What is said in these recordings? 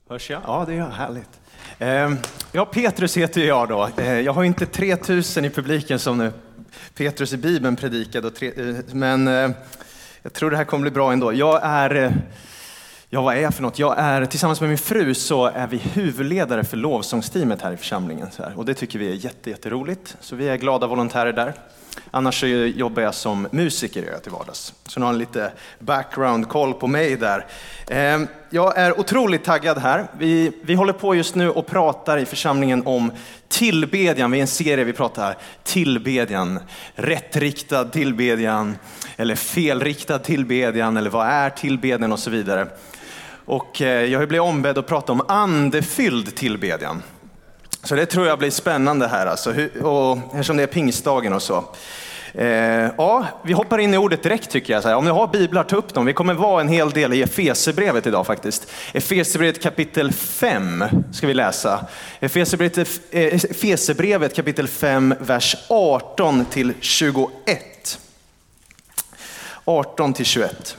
Hörs jag? Ja, det är härligt. Ja, Petrus heter jag då. Jag har inte 3000 i publiken som nu Petrus i Bibeln predikade. Men jag tror det här kommer bli bra ändå. Vad är jag för något? Jag är, tillsammans med min fru så är vi huvudledare för lovsångsteamet här i församlingen. Och det tycker vi är jätteroligt. Så vi är glada volontärer där. Annars så jobbar jag som musiker till vardags. Så nu har ni lite background-koll på mig där. Jag är otroligt taggad här. Vi håller på just nu och pratar i församlingen om tillbedjan. Vi är en serie vi pratar här. Tillbedjan. Rättriktad tillbedjan. Eller felriktad tillbedjan. Eller vad är tillbedjan och så vidare. Och jag har blivit ombedd att prata om andefylld tillbedjan. Så det tror jag blir spännande här alltså. Och eftersom det är pingstdagen och så. Ja, vi hoppar in i ordet direkt tycker jag. Så här, om ni har biblar, ta upp dem. Vi kommer vara en hel del i Efesierbrevet idag faktiskt. Efesierbrevet kapitel 5 ska vi läsa. Efesierbrevet kapitel 5, vers 18 till 21. 18 till 21.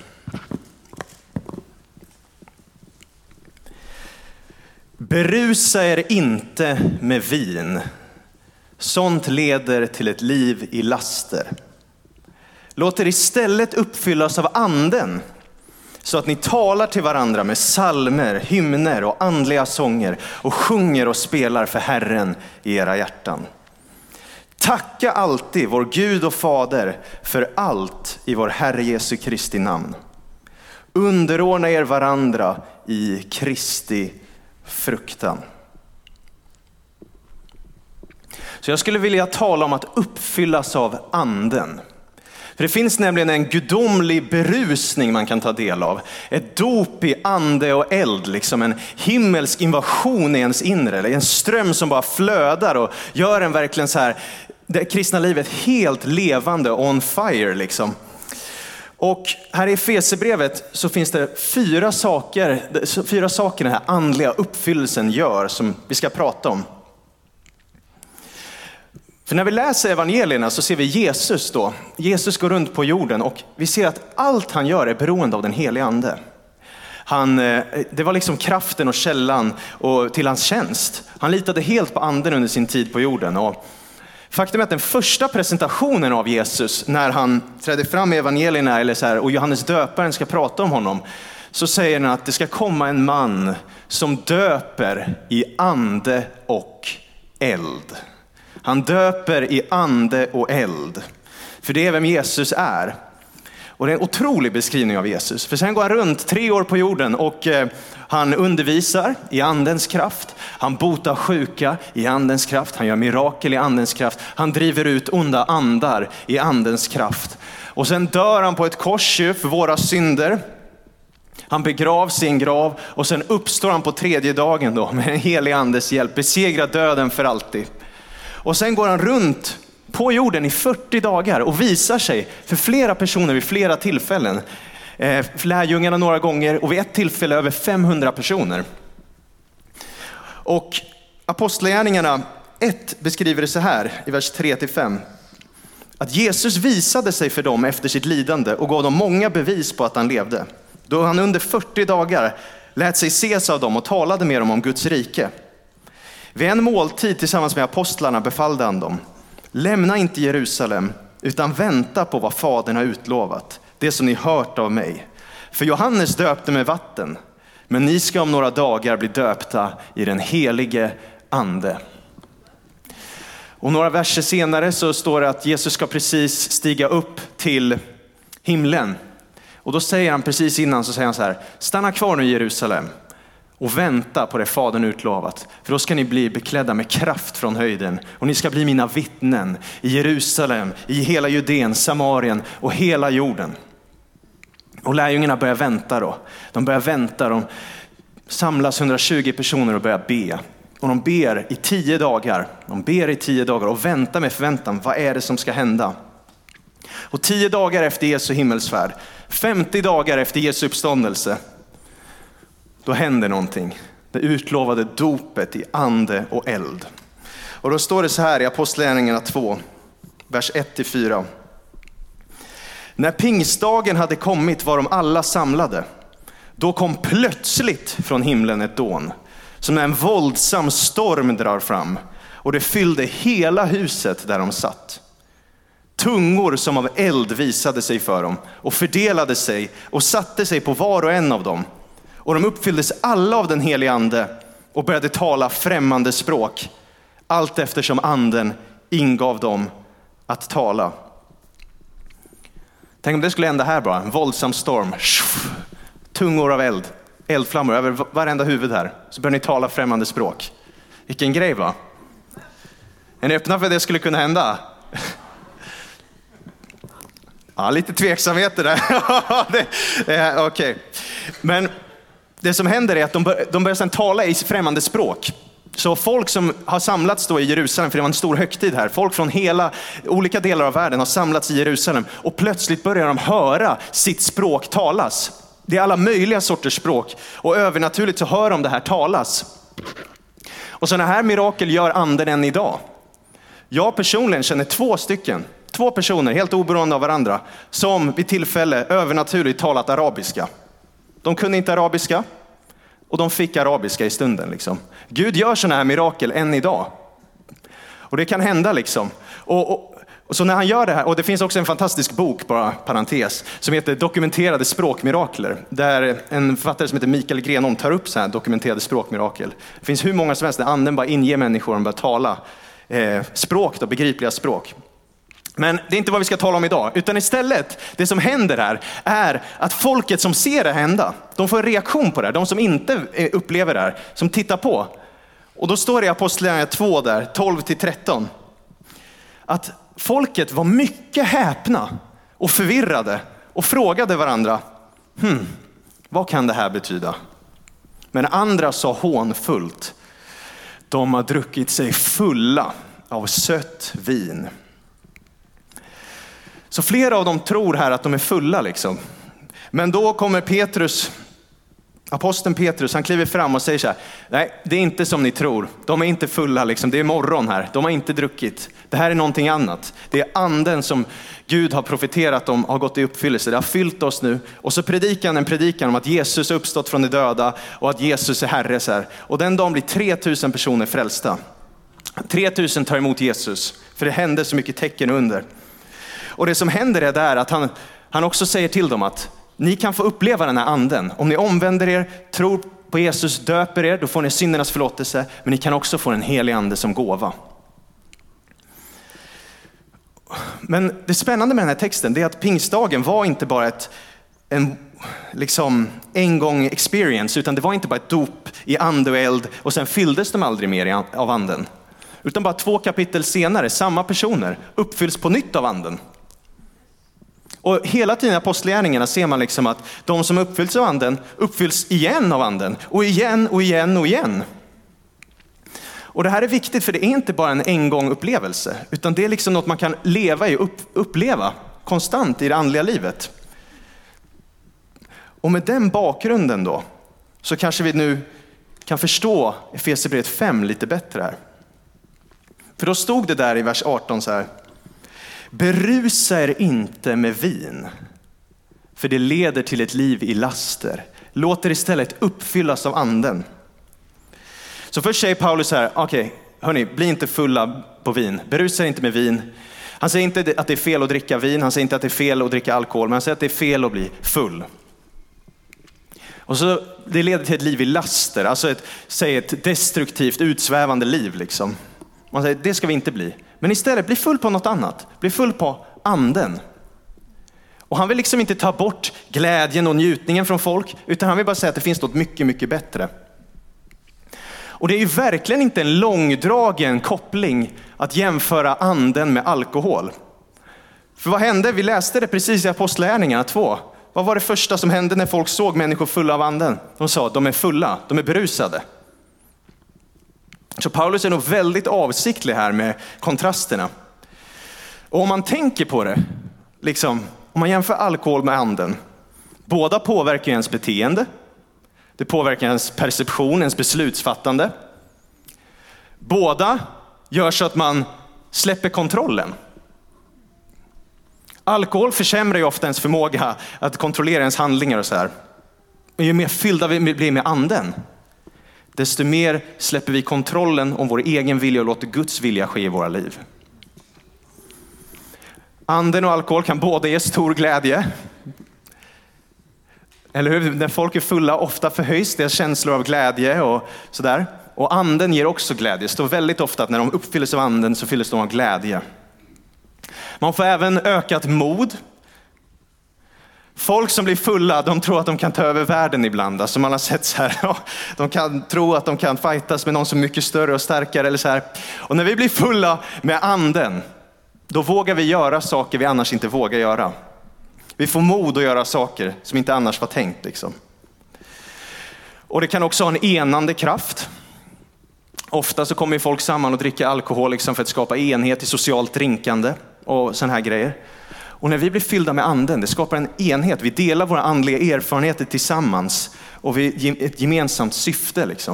Berusa er inte med vin. Sånt leder till ett liv i laster. Låt er istället uppfyllas av anden. Så att ni talar till varandra med psalmer, hymner och andliga sånger. Och sjunger och spelar för Herren i era hjärtan. Tacka alltid vår Gud och Fader för allt i vår Herre Jesu Kristi namn. Underordna er varandra i Kristi fruktan. Så jag skulle vilja tala om att uppfyllas av anden. För det finns nämligen en gudomlig berusning man kan ta del av. Ett dop i ande och eld, liksom en himmelsk invasion i ens inre. Eller en ström som bara flödar och gör en verkligen så här, det kristna livet helt levande, on fire liksom. Och här i Efesierbrevet så finns det fyra saker den här andliga uppfyllelsen gör som vi ska prata om. För när vi läser evangelierna så ser vi Jesus då. Jesus går runt på jorden och vi ser att allt han gör är beroende av den heliga ande. Det var liksom kraften och källan och till hans tjänst. Han litade helt på anden under sin tid på jorden. Och faktum är att den första presentationen av Jesus när han trädde fram i evangelierna eller så här, och Johannes döparen ska prata om honom, så säger han att det ska komma en man som döper i ande och eld. Han döper i ande och eld. För det är vem Jesus är. Och det är en otrolig beskrivning av Jesus. För sen går han runt 3 år på jorden och han undervisar i andens kraft. Han botar sjuka i andens kraft. Han gör mirakel i andens kraft. Han driver ut onda andar i andens kraft. Och sen dör han på ett kors för våra synder. Han begravs i en grav och sen uppstår han på 3:e dagen då med en helig andes hjälp. Besegrar döden för alltid. Och sen går han runt på jorden i 40 dagar och visar sig för flera personer vid flera tillfällen. Lärjungarna några gånger och vid ett tillfälle över 500 personer. Och Apostlagärningarna 1 beskriver det så här i vers 3-5. Att Jesus visade sig för dem efter sitt lidande och gav dem många bevis på att han levde. Då han under 40 dagar lät sig ses av dem och talade med dem om Guds rike. Vid en måltid tillsammans med apostlarna befallde han dem: lämna inte Jerusalem utan vänta på vad Fadern har utlovat, det som ni hört av mig. För Johannes döpte med vatten, men ni ska om några dagar bli döpta i den helige ande. Och några verser senare så står det att Jesus ska precis stiga upp till himlen. Och då säger han precis innan så säger han så här: stanna kvar nu i Jerusalem och vänta på det Fadern utlovat. För då ska ni bli beklädda med kraft från höjden. Och ni ska bli mina vittnen i Jerusalem, i hela Judén, Samarien och hela jorden. Och lärjungarna börjar vänta då. De börjar vänta, de samlas 120 personer och börjar be. Och de ber i 10 dagar. De ber i 10 dagar och väntar med förväntan. Vad är det som ska hända? Och 10 dagar efter Jesu himmelsfärd, 50 dagar efter Jesu uppståndelse, då händer någonting. Det utlovade dopet i ande och eld. Och då står det så här i Apostlagärningarna 2, vers 1-4. När pingstdagen hade kommit var de alla samlade. Då kom plötsligt från himlen ett dån, som när en våldsam storm drar fram, och det fyllde hela huset där de satt. Tungor som av eld visade sig för dem och fördelade sig och satte sig på var och en av dem. Och de uppfylldes alla av den heliga ande och började tala främmande språk, allt eftersom anden ingav dem att tala. Tänk om det skulle hända här bara, en våldsam storm. Tungor av eld, eldflammor över varenda huvud här. Så börjar ni tala främmande språk. Vilken grej, va? Är ni öppna för att det skulle kunna hända? Ja, lite tveksamheter där. Okej. Men det som händer är att de börjar sedan tala i främmande språk. Så folk som har samlats då i Jerusalem, för det var en stor högtid här. Folk från olika delar av världen har samlats i Jerusalem. Och plötsligt börjar de höra sitt språk talas. Det är alla möjliga sorters språk. Och övernaturligt så hör de det här talas. Och sådana här mirakel gör anden än idag. Jag personligen känner två personer, helt oberoende av varandra, som vid tillfälle övernaturligt talat arabiska. De kunde inte arabiska och de fick arabiska i stunden. Liksom. Gud gör sådana här mirakel än idag. Och det kan hända liksom. Och så när han gör det här, och det finns också en fantastisk bok, bara parentes, som heter Dokumenterade språkmirakler. Där en författare som heter Mikael Grenholm tar upp så här dokumenterade språkmirakel. Det finns hur många som helst där anden bara inger människor och börjar tala språk, då, begripliga språk. Men det är inte vad vi ska tala om idag, utan istället det som händer här är att folket som ser det hända, de får en reaktion på det här. De som inte upplever det här, som tittar på. Och då står det i Apostlagärningarna 2 där, 12-13, att folket var mycket häpna och förvirrade och frågade varandra, vad kan det här betyda? Men andra sa hånfullt, de har druckit sig fulla av sött vin. Så flera av dem tror här att de är fulla liksom. Men då kommer aposteln Petrus, han kliver fram och säger så här: nej, det är inte som ni tror. De är inte fulla liksom. Det är morgon här. De har inte druckit. Det här är någonting annat. Det är anden som Gud har profeterat om har gått i uppfyllelse. Det har fyllt oss nu. Och så predikar han en predikan om att Jesus har uppstått från de döda och att Jesus är Herre. Så här. Och den dagen blir 3000 personer frälsta. 3000 tar emot Jesus. För det hände så mycket tecken under. Och det som händer är där att han också säger till dem att ni kan få uppleva den här anden. Om ni omvänder er, tror på Jesus, döper er, då får ni syndernas förlåtelse. Men ni kan också få en helig ande som gåva. Men det spännande med den här texten är att pingstdagen var inte bara en gång experience, utan det var inte bara ett dop i ande och eld och sen fylldes de aldrig mer av anden. Utan bara 2 kapitel senare, samma personer uppfylls på nytt av anden. Och hela tiden i apostlagärningarna ser man liksom att de som uppfylls av anden uppfylls igen av anden. Och igen och igen och igen. Och det här är viktigt, för det är inte bara en engång upplevelse. Utan det är liksom något man kan leva i och uppleva konstant i det andliga livet. Och med den bakgrunden då, så kanske vi nu kan förstå Efesierbrevet 5 lite bättre här. För då stod det där i vers 18 så här: berusa er inte med vin, för det leder till ett liv i laster. Låt er istället uppfyllas av anden. Så först säger Paulus så här: okej, hörni, bli inte fulla på vin. Berusa er inte med vin. Han säger inte att det är fel att dricka vin. Han säger inte att det är fel att dricka alkohol. Men han säger att det är fel att bli full. Och så det leder till ett liv i laster. Alltså ett destruktivt, utsvävande liv liksom. Man säger, det ska vi inte bli. Men istället, bli full på något annat. Bli full på anden. Och han vill liksom inte ta bort glädjen och njutningen från folk. Utan han vill bara säga att det finns något mycket, mycket bättre. Och det är ju verkligen inte en långdragen koppling att jämföra anden med alkohol. För vad hände? Vi läste det precis i Apostlagärningarna 2. Vad var det första som hände när folk såg människor fulla av anden? De sa, de är fulla, de är berusade. Så Paulus är nog väldigt avsiktlig här med kontrasterna. Och om man tänker på det, liksom, om man jämför alkohol med anden. Båda påverkar ens beteende. Det påverkar ens perception, ens beslutsfattande. Båda gör så att man släpper kontrollen. Alkohol försämrar ju ofta ens förmåga att kontrollera ens handlingar och så här. ju mer fyllda vi blir med anden, desto mer släpper vi kontrollen om vår egen vilja och låter Guds vilja ske i våra liv. Anden och alkohol kan båda ge stor glädje. Eller hur? När folk är fulla ofta förhöjs deras känslor av glädje och sådär. Och anden ger också glädje. Det står väldigt ofta att när de uppfylls av anden så fylls de av glädje. Man får även ökat mod. Folk som blir fulla, de tror att de kan ta över världen ibland. Alltså man har sett så här, de kan tro att de kan fightas med någon som är mycket större och starkare eller så här. Och när vi blir fulla med anden, då vågar vi göra saker vi annars inte vågar göra. Vi får mod att göra saker som inte annars var tänkt liksom. Och det kan också ha en enande kraft. Ofta så kommer folk samman och dricker alkohol liksom för att skapa enhet i socialt drinkande och såna här grejer. Och när vi blir fyllda med anden, det skapar en enhet. Vi delar våra andliga erfarenheter tillsammans och vi ett gemensamt syfte liksom.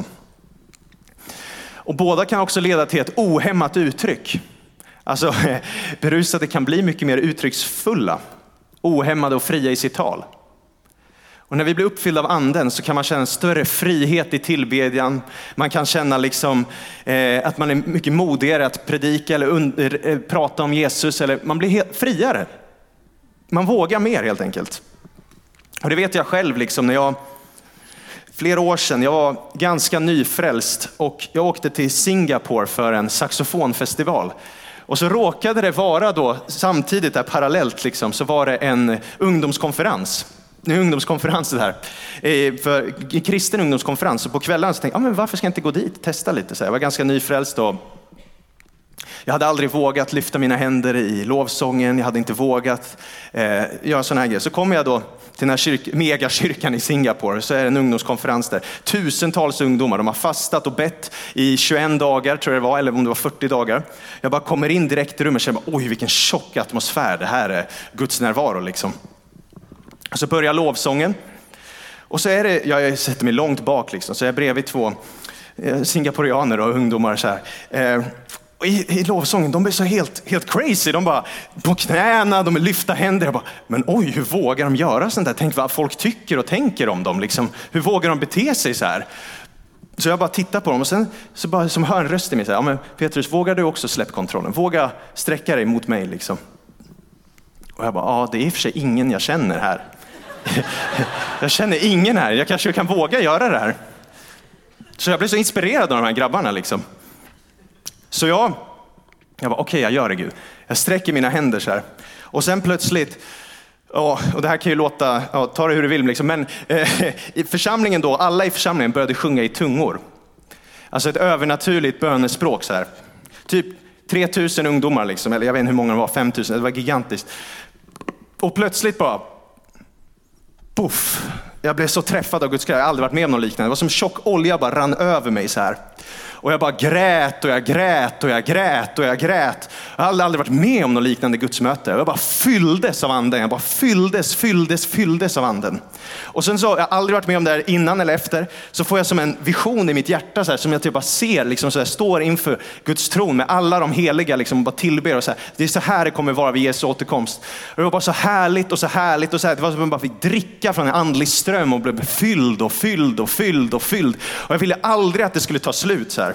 Och båda kan också leda till ett ohämmat uttryck. Alltså berusade kan bli mycket mer uttrycksfulla, ohämmade och fria i sitt tal. Och när vi blir uppfyllda av anden så kan man känna en större frihet i tillbedjan. Man kan känna liksom, att man är mycket modigare att predika eller prata om Jesus. Eller man blir helt friare. Man vågar mer helt enkelt. Och det vet jag själv liksom, när jag flera år sedan, jag var ganska nyfrälst och jag åkte till Singapore för en saxofonfestival. Och så råkade det vara då samtidigt där parallellt liksom, så var det en ungdomskonferens. En ungdomskonferens det här. För kristen ungdomskonferens. Och på kvällen så tänkte jag, men varför ska jag inte gå dit? Testa lite. Så jag var ganska nyfrälst då. Jag hade aldrig vågat lyfta mina händer i lovsången. Jag hade inte vågat göra sådana här grejer. Så kom jag då till den här megakyrkan i Singapore. Så är det en ungdomskonferens där. Tusentals ungdomar. De har fastat och bett i 21 dagar tror jag det var. Eller om det var 40 dagar. Jag bara kommer in direkt i rummet och känner, oj vilken tjock atmosfär. Det här är Guds närvaro liksom. Så börjar lovsången. Och så är det, jag sätter mig långt bak liksom. Så jag är bredvid 2 singaporianer och ungdomar så här. Och i lovsången, de blir så helt crazy. De bara på knäna, de lyfta händer. Jag bara, men oj, hur vågar de göra sånt där? Tänk vad folk tycker och tänker om dem. Liksom. Hur vågar de bete sig så här? Så jag bara tittar på dem och sen så bara som hör en röst i mig. Så här, ja, men Petrus, vågar du också släppa kontrollen? Våga sträcka dig mot mig liksom. Och jag bara, ja det är i och för sig ingen jag känner här. Jag känner ingen här. Jag kanske kan våga göra det här. Så jag blev så inspirerad av de här grabbarna liksom. Så jag bara, okej, jag gör det Gud. Jag sträcker mina händer så här. Och sen plötsligt, och det här kan ju låta, ta det hur du vill liksom. Men i församlingen då, alla i församlingen började sjunga i tungor. Alltså ett övernaturligt bönespråk så här. Typ 3000 ungdomar liksom. Eller jag vet inte hur många det var, 5000. Det var gigantiskt. Och plötsligt bara, puff. Jag blev så träffad av Guds kraft. Jag har aldrig varit med om något liknande. Det var som tjock olja bara rann över mig så här. Och jag bara grät och jag grät och jag grät och jag grät. Jag har aldrig varit med om något liknande gudsmöte. Jag bara fylldes av anden. Jag bara fylldes av anden. Och sen så, jag har aldrig varit med om det här innan eller efter. Så får jag som en vision i mitt hjärta så här, som jag typ bara ser. Liksom så här, står inför Guds tron med alla de heliga. Liksom, och bara tillber och så här. Det är så här det kommer vara vid Jesu återkomst. Och det var bara så härligt och så härligt. Och så här. Det var som att man bara fick dricka från en andlig ström. Och blev fylld och fylld och fylld och fylld. Och jag ville aldrig att det skulle ta slut så här.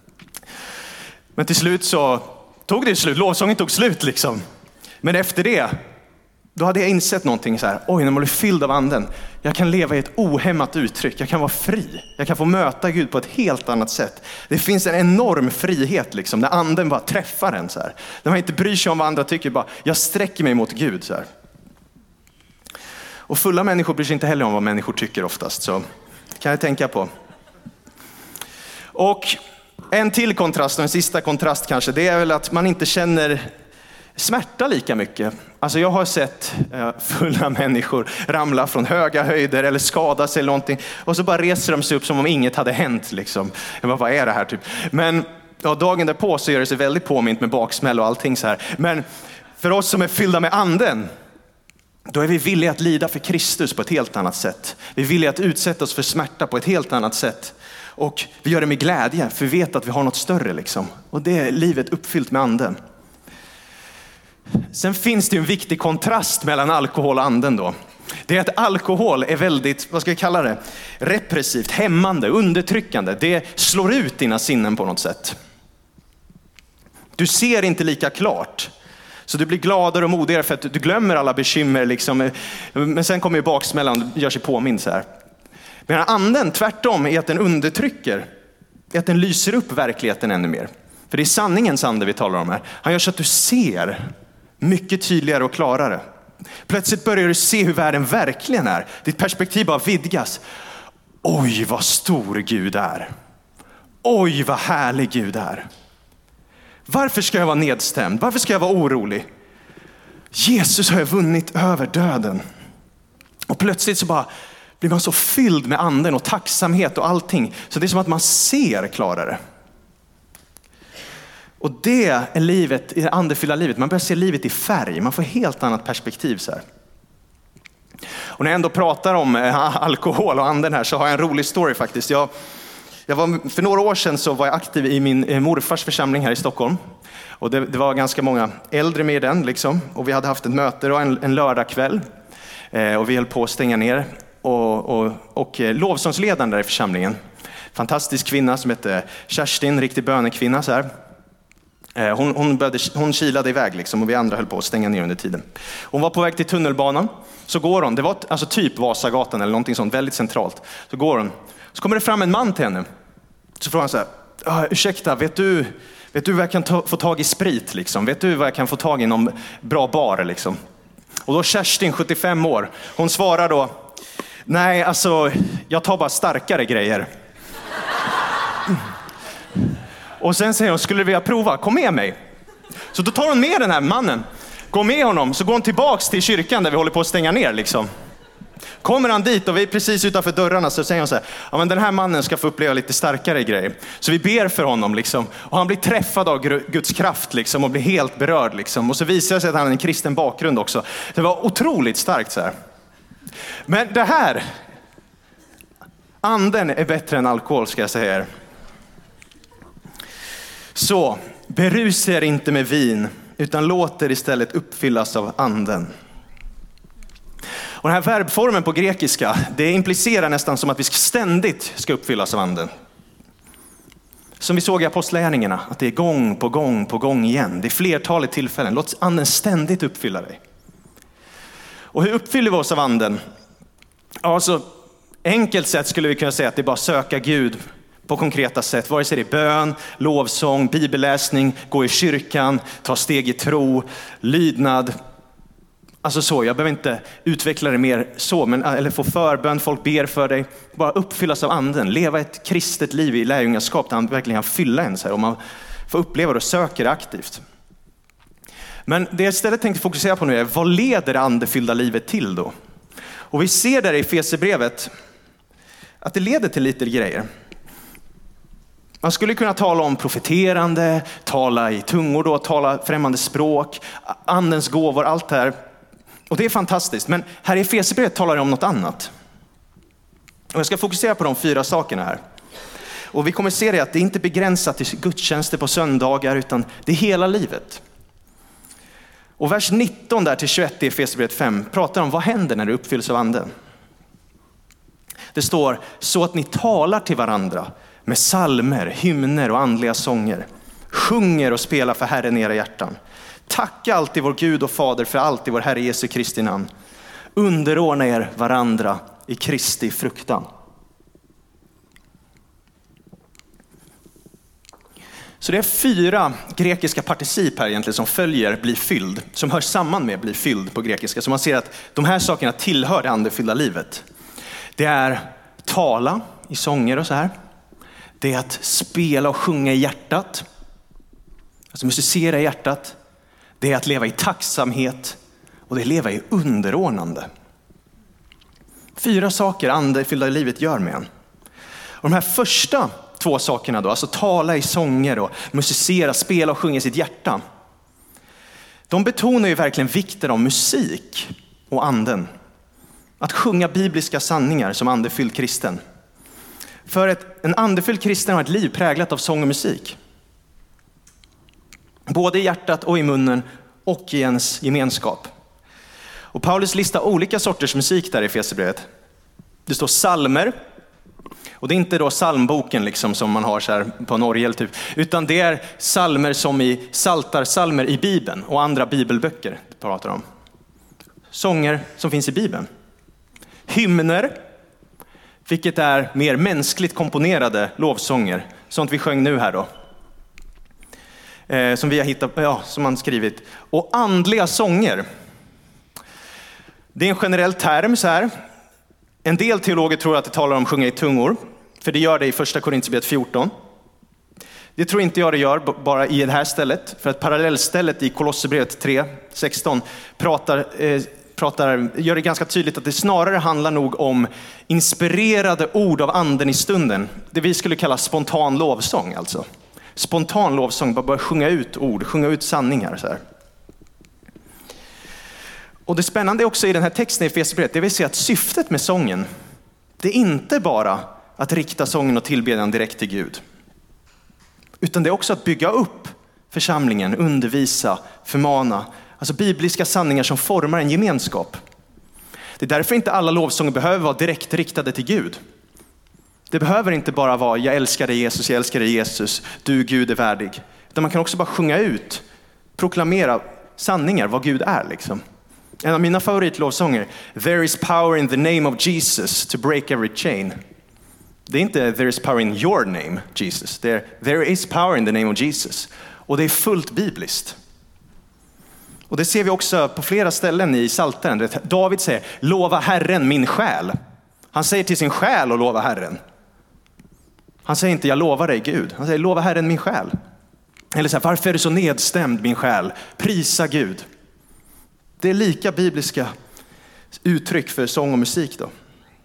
Men till slut så tog det slut. Lovsången tog slut liksom. Men efter det, då hade jag insett någonting så här. Oj, när man blir fylld av anden. Jag kan leva i ett ohämmat uttryck. Jag kan vara fri. Jag kan få möta Gud på ett helt annat sätt. Det finns en enorm frihet liksom. När anden bara träffar en så här. När man inte bryr sig om vad andra tycker. Bara, jag sträcker mig mot Gud så här. Och fulla människor bryr sig inte heller om vad människor tycker oftast. Så kan jag tänka på. Och en till kontrast och en sista kontrast kanske. Det är väl att man inte känner smärta lika mycket. Alltså jag har sett fulla människor ramla från höga höjder eller skada sig eller någonting. Och så bara reser de sig upp som om inget hade hänt liksom. Jag bara, vad är det här typ? Men dagen därpå så gör det sig väldigt påmint med baksmäll och allting så här. Men för oss som är fyllda med anden, då är vi villiga att lida för Kristus på ett helt annat sätt. Vi är villiga att utsätta oss för smärta på ett helt annat sätt. Och vi gör det med glädje, för vi vet att vi har något större liksom. Och det är livet uppfyllt med anden. Sen finns det ju en viktig kontrast mellan alkohol och anden då. Det är att alkohol är väldigt, vad ska jag kalla det, repressivt, hämmande, undertryckande. Det slår ut dina sinnen på något sätt. Du ser inte lika klart. Så du blir gladare och modigare för att du glömmer alla bekymmer. Liksom. Men sen kommer ju baksmällan och gör sig påmind så här. Men anden tvärtom är att den undertrycker. Är att den lyser upp verkligheten ännu mer. För det är sanningens ande vi talar om här. Han gör så att du ser mycket tydligare och klarare. Plötsligt börjar du se hur världen verkligen är. Ditt perspektiv bara vidgas. Oj, vad stor Gud är. Oj, vad härlig Gud är. Varför ska jag vara nedstämd? Varför ska jag vara orolig? Jesus har vunnit över döden. Och plötsligt så bara blir man så fylld med anden och tacksamhet och allting. Så det är som att man ser klarare. Och det är livet, i det andefyllda livet. Man börjar se livet i färg. Man får helt annat perspektiv så här. Och när jag ändå pratar om alkohol och anden här så har jag en rolig story faktiskt. För några år sedan så var jag aktiv i min morfars församling här i Stockholm. Och det var ganska många äldre med i den liksom. Och vi hade haft ett möte då, en lördagkväll. Och vi höll på att stänga ner. Och lovsångsledaren där i församlingen. Fantastisk kvinna som hette Kerstin, riktig bönekvinna så här. Hon kilade iväg liksom, och vi andra höll på att stänga ner under tiden. Hon var på väg till tunnelbanan. Så går hon, det var alltså typ Vasagatan eller någonting sånt, väldigt centralt. Så går hon. Så kommer det fram en man till henne. Så frågar han så här: ursäkta, vet du vad jag kan få tag i sprit liksom? Vet du vad jag kan få tag i någon bra bar liksom? Och då Kerstin, 75 år, hon svarar då: nej, alltså jag tar bara starkare grejer. Och sen säger hon: skulle du vilja prova? Kom med mig. Så då tar hon med den här mannen. Går med honom, så går hon tillbaks till kyrkan där vi håller på att stänga ner liksom. Kommer han dit och vi är precis utanför dörrarna, så säger hon så här: ja, men den här mannen ska få uppleva lite starkare grejer. Så vi ber för honom liksom. Och han blir träffad av Guds kraft liksom och blir helt berörd liksom. Och så visar det sig att han har en kristen bakgrund också. Det var otroligt starkt så här. Men det här, anden är bättre än alkohol, ska jag säga er. Så berusa er inte med vin, utan låt er istället uppfyllas av anden. Och den här verbformen på grekiska, det implicerar nästan som att vi ständigt ska uppfyllas av anden. Som vi såg i apostlagärningarna, att det är gång på gång på gång igen. Det är flertalet tillfällen. Låt anden ständigt uppfylla dig. Och hur uppfyller vi oss av anden? Alltså, enkelt sätt skulle vi kunna säga att det är bara söka Gud på konkreta sätt. Vare sig det är bön, lovsång, bibelläsning, gå i kyrkan, ta steg i tro, lydnad. Alltså så, jag behöver inte utveckla det mer så, men eller få förbön, folk ber för dig. Bara uppfyllas av anden, leva ett kristet liv i lärjungaskap där han verkligen kan fylla en så här, och man får uppleva det och söker det aktivt. Men det jag istället tänkte fokusera på nu är: vad leder det andefyllda livet till då? Och vi ser där i Efesierbrevet att det leder till lite grejer. Man skulle kunna tala om profeterande, tala i tungor då, tala främmande språk, andens gåvor, allt det här. Och det är fantastiskt, men här i Efesierbrevet talar det om något annat. Och jag ska fokusera på de 4 sakerna här. Och vi kommer se det att det inte är begränsat till gudstjänster på söndagar, utan det är hela livet. Och vers 19 där till 21 i Efesierbrevet 5 pratar om vad händer när du uppfylls av anden. Det står: så att ni talar till varandra med psalmer, hymner och andliga sånger. Sjunger och spelar för Herren i era hjärtan. Tacka alltid vår Gud och Fader för allt i vår Herre Jesu Kristi namn. Underordna er varandra i Kristi fruktan. Så det är 4 grekiska particip här egentligen som följer bli fylld. Som hör samman med bli fylld på grekiska. Så man ser att de här sakerna tillhör det andefyllda livet. Det är tala i sånger och så här. Det är att spela och sjunga i hjärtat. Alltså musicera i hjärtat. Det är att leva i tacksamhet. Och det är att leva i underordnande. 4 saker andefyllda livet gör med en. Och de här första 2 sakerna då, alltså tala i sånger och musicera, spela och sjunga i sitt hjärta. De betonar ju verkligen vikten av musik och anden. Att sjunga bibliska sanningar som andefylld kristen. För en andefylld kristen har ett liv präglat av sång och musik. Både i hjärtat och i munnen och i ens gemenskap. Och Paulus listar olika sorters musik där i Efesierbrevet. Det står psalmer. Och det är inte då psalmboken liksom som man har så här på en orgel typ. Utan det är psalmer som i psaltarpsalmer i Bibeln och andra bibelböcker pratar om. Sånger som finns i Bibeln. Hymner, vilket är mer mänskligt komponerade lovsånger. Sånt vi sjöng nu här då. Som vi har hittat, som man skrivit. Och andliga sånger. Det är en generell term så här. En del teologer tror att det talar om sjunga i tungor. För det gör det i första Korinthierbrevet 14. Det tror inte jag det gör bara i det här stället. För att parallellstället i Kolosserbrevet 3:16 gör det ganska tydligt att det snarare handlar nog om inspirerade ord av anden i stunden. Det vi skulle kalla spontan lovsång alltså. Spontan lovsång, bara sjunga ut ord, sjunga ut sanningar så här. Och det spännande också i den här texten i Efesierbrevet, det vill säga att syftet med sången, det är inte bara att rikta sången och tillbedjan direkt till Gud. Utan det är också att bygga upp församlingen, undervisa, förmana. Alltså bibliska sanningar som formar en gemenskap. Det är därför inte alla lovsånger behöver vara direkt riktade till Gud. Det behöver inte bara vara jag älskar dig Jesus, du Gud är värdig. Utan man kan också bara sjunga ut, proklamera sanningar, vad Gud är liksom. En av mina favoritlovsånger, There is power in the name of Jesus to break every chain. Det är inte There is power in your name, Jesus. Det är There is power in the name of Jesus. Och det är fullt bibliskt. Och det ser vi också på flera ställen i Psaltaren. David säger, lova Herren min själ. Han säger till sin själ att lova Herren. Han säger inte, jag lovar dig Gud. Han säger, lova Herren min själ. Eller så här, varför är du så nedstämd min själ? Prisa Gud. Det är lika bibliska uttryck för sång och musik då.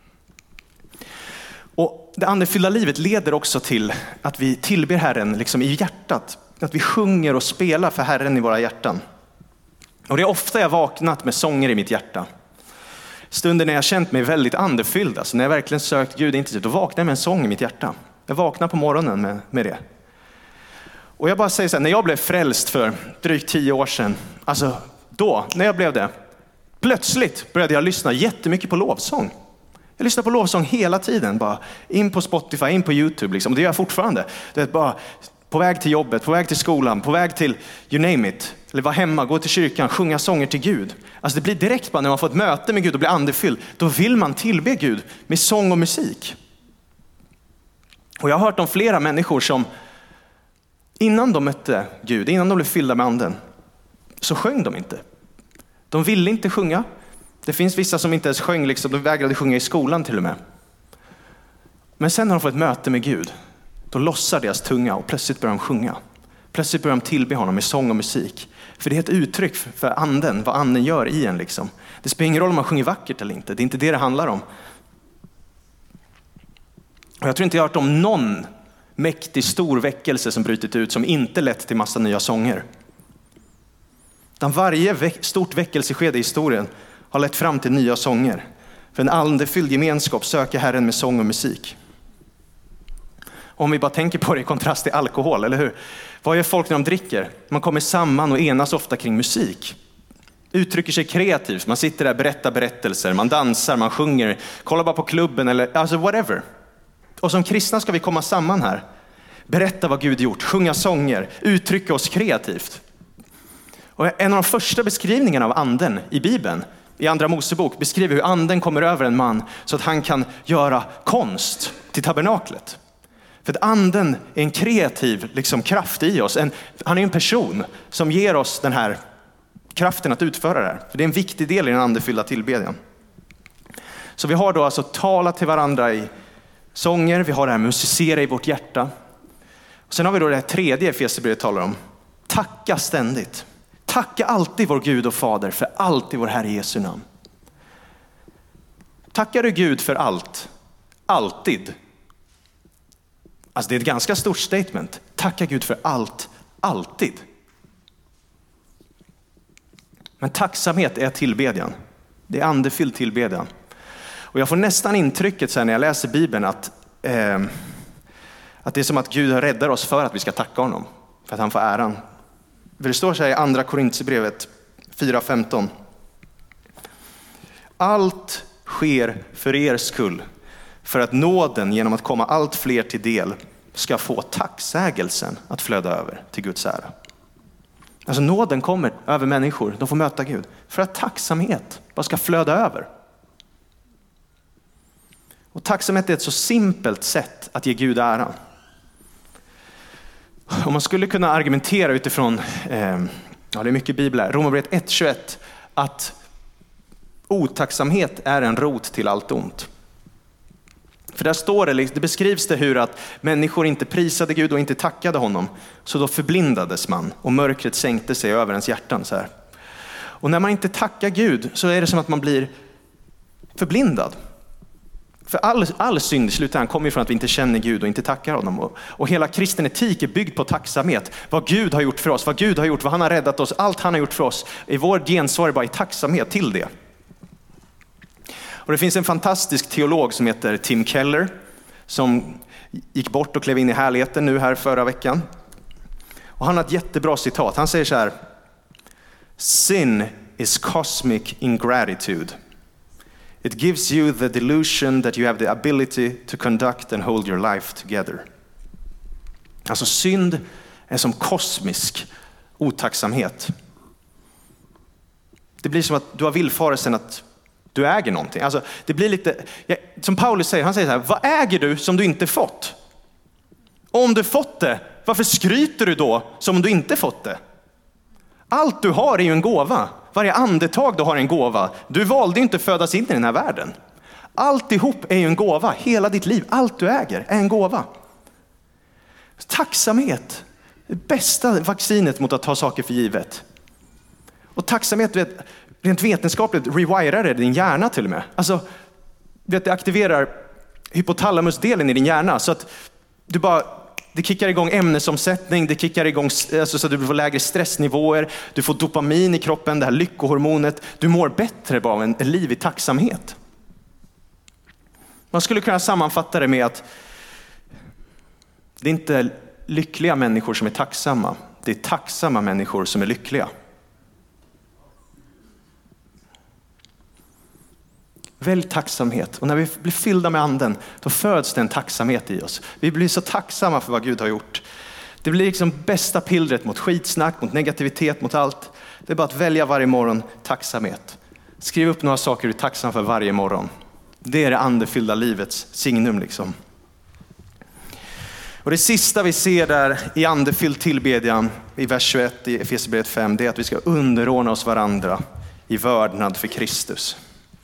Och det andefyllda livet leder också till att vi tillber Herren liksom i hjärtat. Att vi sjunger och spelar för Herren i våra hjärtan. Och det är ofta jag vaknat med sånger i mitt hjärta. Stunder när jag känt mig väldigt andefylld, alltså när jag verkligen sökt Gud intensivt, då vaknar jag med en sång i mitt hjärta. Jag vaknar på morgonen med det. Och jag bara säger så här, när jag blev frälst för drygt 10 år sedan, alltså då, när jag blev det, plötsligt började jag lyssna jättemycket på lovsång. Jag lyssnar på lovsång hela tiden, bara in på Spotify, in på YouTube liksom. Och det gör jag fortfarande. Det är bara på väg till jobbet, på väg till skolan, på väg till you name it. Eller vara hemma, gå till kyrkan, sjunga sånger till Gud. Alltså det blir direkt bara när man får ett möte med Gud och blir andefylld. Då vill man tillbe Gud med sång och musik. Och jag har hört om flera människor som innan de mötte Gud, innan de blev fyllda med anden, så sjöng de inte. De ville inte sjunga. Det finns vissa som inte ens sjöng, liksom, de vägrade sjunga i skolan till och med. Men sen när de får ett möte med Gud, då lossar deras tunga och plötsligt börjar de sjunga. Plötsligt börjar de tillbe honom med sång och musik. För det är ett uttryck för anden, vad anden gör i en. Liksom. Det spelar ingen roll om man sjunger vackert eller inte. Det är inte det handlar om. Och jag tror inte jag har hört om någon mäktig stor väckelse som brutit ut som inte lett till massa nya sånger. Utan varje stort väckelseskede i historien har lett fram till nya sånger. För en andefylld gemenskap söker Herren med sång och musik. Om vi bara tänker på det i kontrast till alkohol, eller hur? Vad gör folk när de dricker? Man kommer samman och enas ofta kring musik. Uttrycker sig kreativt. Man sitter där och berättar berättelser. Man dansar, man sjunger. Kollar bara på klubben eller alltså whatever. Och som kristna ska vi komma samman här. Berätta vad Gud gjort. Sjunga sånger. Uttrycka oss kreativt. Och en av de första beskrivningarna av anden i Bibeln, i Andra Mosebok, beskriver hur anden kommer över en man så att han kan göra konst till tabernaklet. För att anden är en kreativ liksom, kraft i oss. Han är en person som ger oss den här kraften att utföra det här. För det är en viktig del i den andefyllda tillbedjan. Så vi har då alltså talat till varandra i sånger. Vi har det här musicera i vårt hjärta. Och sen har vi då det här tredje Efesierbrevet talar om. Tacka ständigt. Tacka alltid vår Gud och Fader för allt i vår Herre Jesu namn. Tackar du Gud för allt? Alltid. Alltså det är ett ganska stort statement. Tacka Gud för allt, alltid. Men tacksamhet är tillbedjan. Det är andefylld tillbedjan. Och jag får nästan intrycket så här när jag läser Bibeln att det är som att Gud räddar oss för att vi ska tacka honom. För att han får äran. För det står så här i andra Korinthierbrevet 4:15. Allt sker för er skull, för att nåden genom att komma allt fler till del ska få tacksägelsen att flöda över till Guds ära. Alltså nåden kommer över människor, de får möta Gud, för att tacksamhet bara ska flöda över. Och tacksamhet är ett så simpelt sätt att ge Gud ära. Och man skulle kunna argumentera utifrån, det är mycket biblar, Romarbrevet 1:21, att otacksamhet är en rot till allt ont. För där står det beskrivs det hur att människor inte prisade Gud och inte tackade honom. Så då förblindades man och mörkret sänkte sig över ens hjärtan så här. Och när man inte tackar Gud så är det som att man blir förblindad. För all synd i slutändan kommer ju från att vi inte känner Gud och inte tackar honom. Och hela kristen etik är byggd på tacksamhet. Vad Gud har gjort för oss, vad Gud har gjort, vad han har räddat oss, allt han har gjort för oss. I vår gensvar är bara i tacksamhet till det. Och det finns en fantastisk teolog som heter Tim Keller som gick bort och klev in i härligheten nu här förra veckan. Och han har ett jättebra citat. Han säger så här: Sin is cosmic ingratitude. It gives you the delusion that you have the ability to conduct and hold your life together. Alltså synd är som kosmisk otacksamhet. Det blir som att du har villfarelsen att du äger någonting. Alltså, det blir lite, som Paulus säger, han säger så här: vad äger du som du inte fått? Om du fått det, varför skryter du då som om du inte fått det? Allt du har är ju en gåva. Varje andetag du har är en gåva. Du valde ju inte födas in i den här världen. Alltihop är ju en gåva. Hela ditt liv, allt du äger är en gåva. Tacksamhet, det bästa vaccinet mot att ta saker för givet. Och tacksamhet, rent vetenskapligt rewirar det din hjärna till och med. Alltså, det aktiverar hypotalamusdelen i din hjärna så att det kickar igång ämnesomsättning, det kickar igång alltså, så att du får lägre stressnivåer, du får dopamin i kroppen, det här lyckohormonet. Du mår bättre bara av en liv i tacksamhet. Man skulle kunna sammanfatta det med att det är inte lyckliga människor som är tacksamma, det är tacksamma människor som är lyckliga. Välj tacksamhet. Och när vi blir fyllda med anden, då föds det en tacksamhet i oss. Vi blir så tacksamma för vad Gud har gjort. Det blir liksom bästa pillret mot skitsnack, mot negativitet, mot allt. Det är bara att välja varje morgon tacksamhet. Skriv upp några saker du är tacksam för varje morgon. Det är det andefyllda livets signum liksom. Och det sista vi ser där i andefylld tillbedjan i vers 21 i Efesierbrevet 5, det är att vi ska underordna oss varandra i vördnad för Kristus.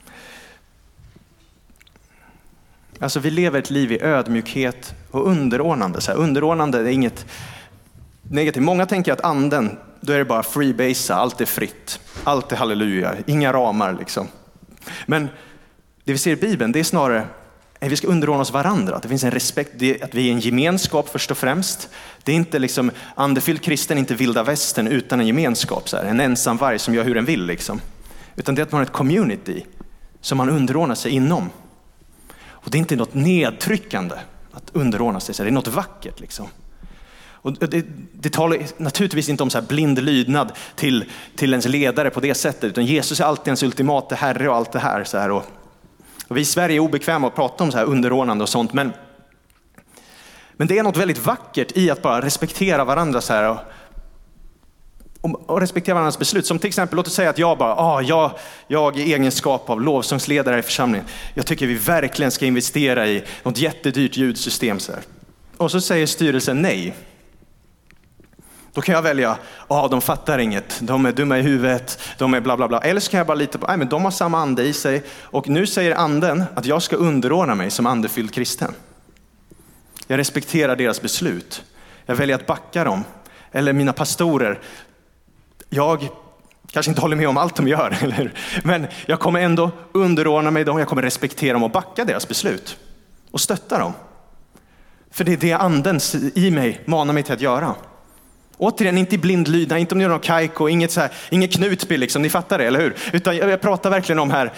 Alltså vi lever ett liv i ödmjukhet och underordnande. Så här, underordnande är inget negativt. Många tänker att anden, då är det bara freebase, allt är fritt. Allt är halleluja, inga ramar liksom. Men det vi ser i Bibeln, det är snarare att vi ska underordna oss varandra. Det finns en respekt, att vi är en gemenskap först och främst. Det är inte liksom, andefylld kristen, inte vilda västern utan en gemenskap. Så här, en ensam varg som gör hur den vill liksom. Utan det är att man har ett community som man underordnar sig inom. Och det är inte något nedtryckande att underordna sig, det är något vackert liksom. Och det talar naturligtvis inte om så här blind lydnad till ens ledare på det sättet, utan Jesus är alltid ens ultimata herre och allt det här. Så här och vi i Sverige är obekväma att prata om så här underordnande och sånt, men det är något väldigt vackert i att bara respektera varandra så här och respektera varandras beslut. Som till exempel, låt oss säga att jag i egenskap av lovsångsledare i församlingen, jag tycker vi verkligen ska investera i något jättedyrt ljudsystem. Så här. Och så säger styrelsen nej. Då kan jag välja, de fattar inget, de är dumma i huvudet, de är bla bla bla. Eller så kan jag bara lita på, men de har samma ande i sig. Och nu säger anden att jag ska underordna mig som andefylld kristen. Jag respekterar deras beslut. Jag väljer att backa dem. Eller mina pastorer. Jag kanske inte håller med om allt de gör, eller? Men jag kommer ändå underordna mig dem. Jag kommer respektera dem och backa deras beslut. Och stötta dem. För det är det anden i mig manar mig till att göra. Återigen, inte i blind lydnad, inte om ni gör någon kajko, inget Knutby liksom, ni fattar det, eller hur? Utan jag pratar verkligen om här,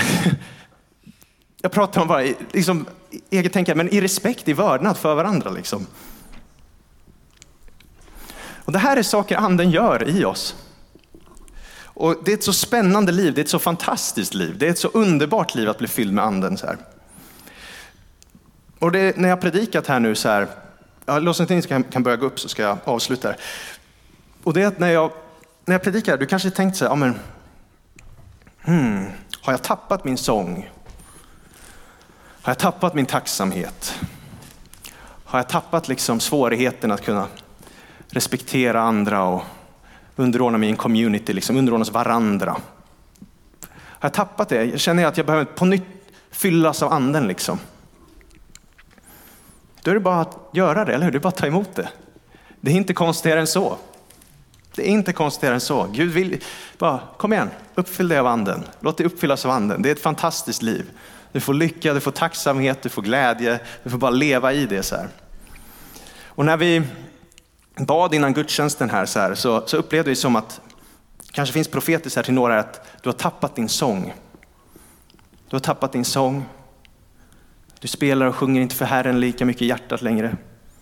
jag pratar om bara liksom, eget tänkande, men i respekt, i vördnad för varandra liksom. Och det här är saker anden gör i oss. Och det är ett så spännande liv, det är ett så fantastiskt liv. Det är ett så underbart liv att bli fylld med anden så här. Och det, när jag har predikat här nu så här, låtsasningen kan börja gå upp så ska jag avsluta här. Och det är att när jag predikar, du kanske tänkt så här, har jag tappat min sång? Har jag tappat min tacksamhet? Har jag tappat liksom svårigheten att kunna respektera andra och underordna mig i en community, liksom underordna varandra? Har jag tappat det? Jag känner att jag behöver på nytt fyllas av anden liksom. Då är det bara att göra det, eller hur? Det är bara att ta emot det. Det är inte konstigare än så. Det är inte konstigare än så. Gud vill bara, kom igen, uppfyll dig av anden. Låt dig uppfyllas av anden. Det är ett fantastiskt liv. Du får lycka, du får tacksamhet, du får glädje. Du får bara leva i det så här. Och när vi bad innan gudstjänsten här så upplevde vi som att kanske finns profetiskt här till några att du har tappat din sång. Du har tappat din sång. Du spelar och sjunger inte för Herren lika mycket i hjärtat längre.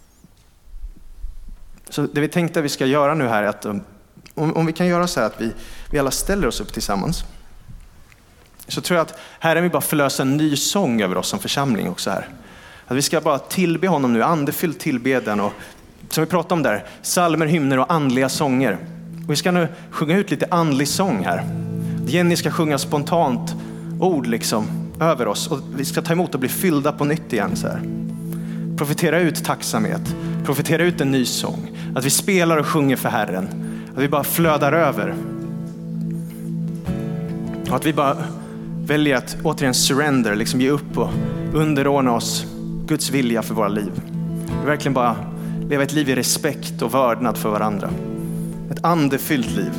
Så det vi tänkte att vi ska göra nu här är att om vi kan göra så här att vi alla ställer oss upp tillsammans. Så tror jag att Herren vill bara förlösa en ny sång över oss som församling också här. Att vi ska bara tillbe honom nu, andefylld tillbeden och som vi pratade om där, psalmer, hymner och andliga sånger. Och vi ska nu sjunga ut lite andlig sång här. Jenny ska sjunga spontant ord liksom över oss och vi ska ta emot och bli fyllda på nytt igen så här. Profetera ut tacksamhet, profetera ut en ny sång. Att vi spelar och sjunger för Herren. Att vi bara flödar över. Och att vi bara väljer att återigen surrender, liksom ge upp och underordna oss Guds vilja för våra liv. Vi verkligen bara leva ett liv i respekt och vördnad för varandra. Ett andefyllt liv.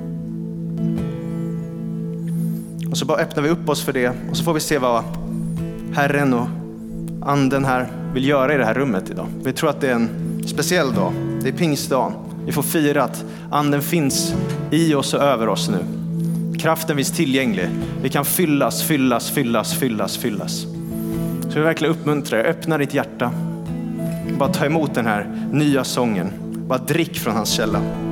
Och så bara öppnar vi upp oss för det och så får vi se vad Herren och anden här vill göra i det här rummet idag. Vi tror att det är en speciell dag. Det är pingstdagen. Vi får fira att anden finns i oss och över oss nu. Kraften finns tillgänglig. Vi kan fyllas. Så vi verkligen uppmuntrar dig. Öppna ditt hjärta. Bara ta emot den här nya sången. Bara drick från hans källa.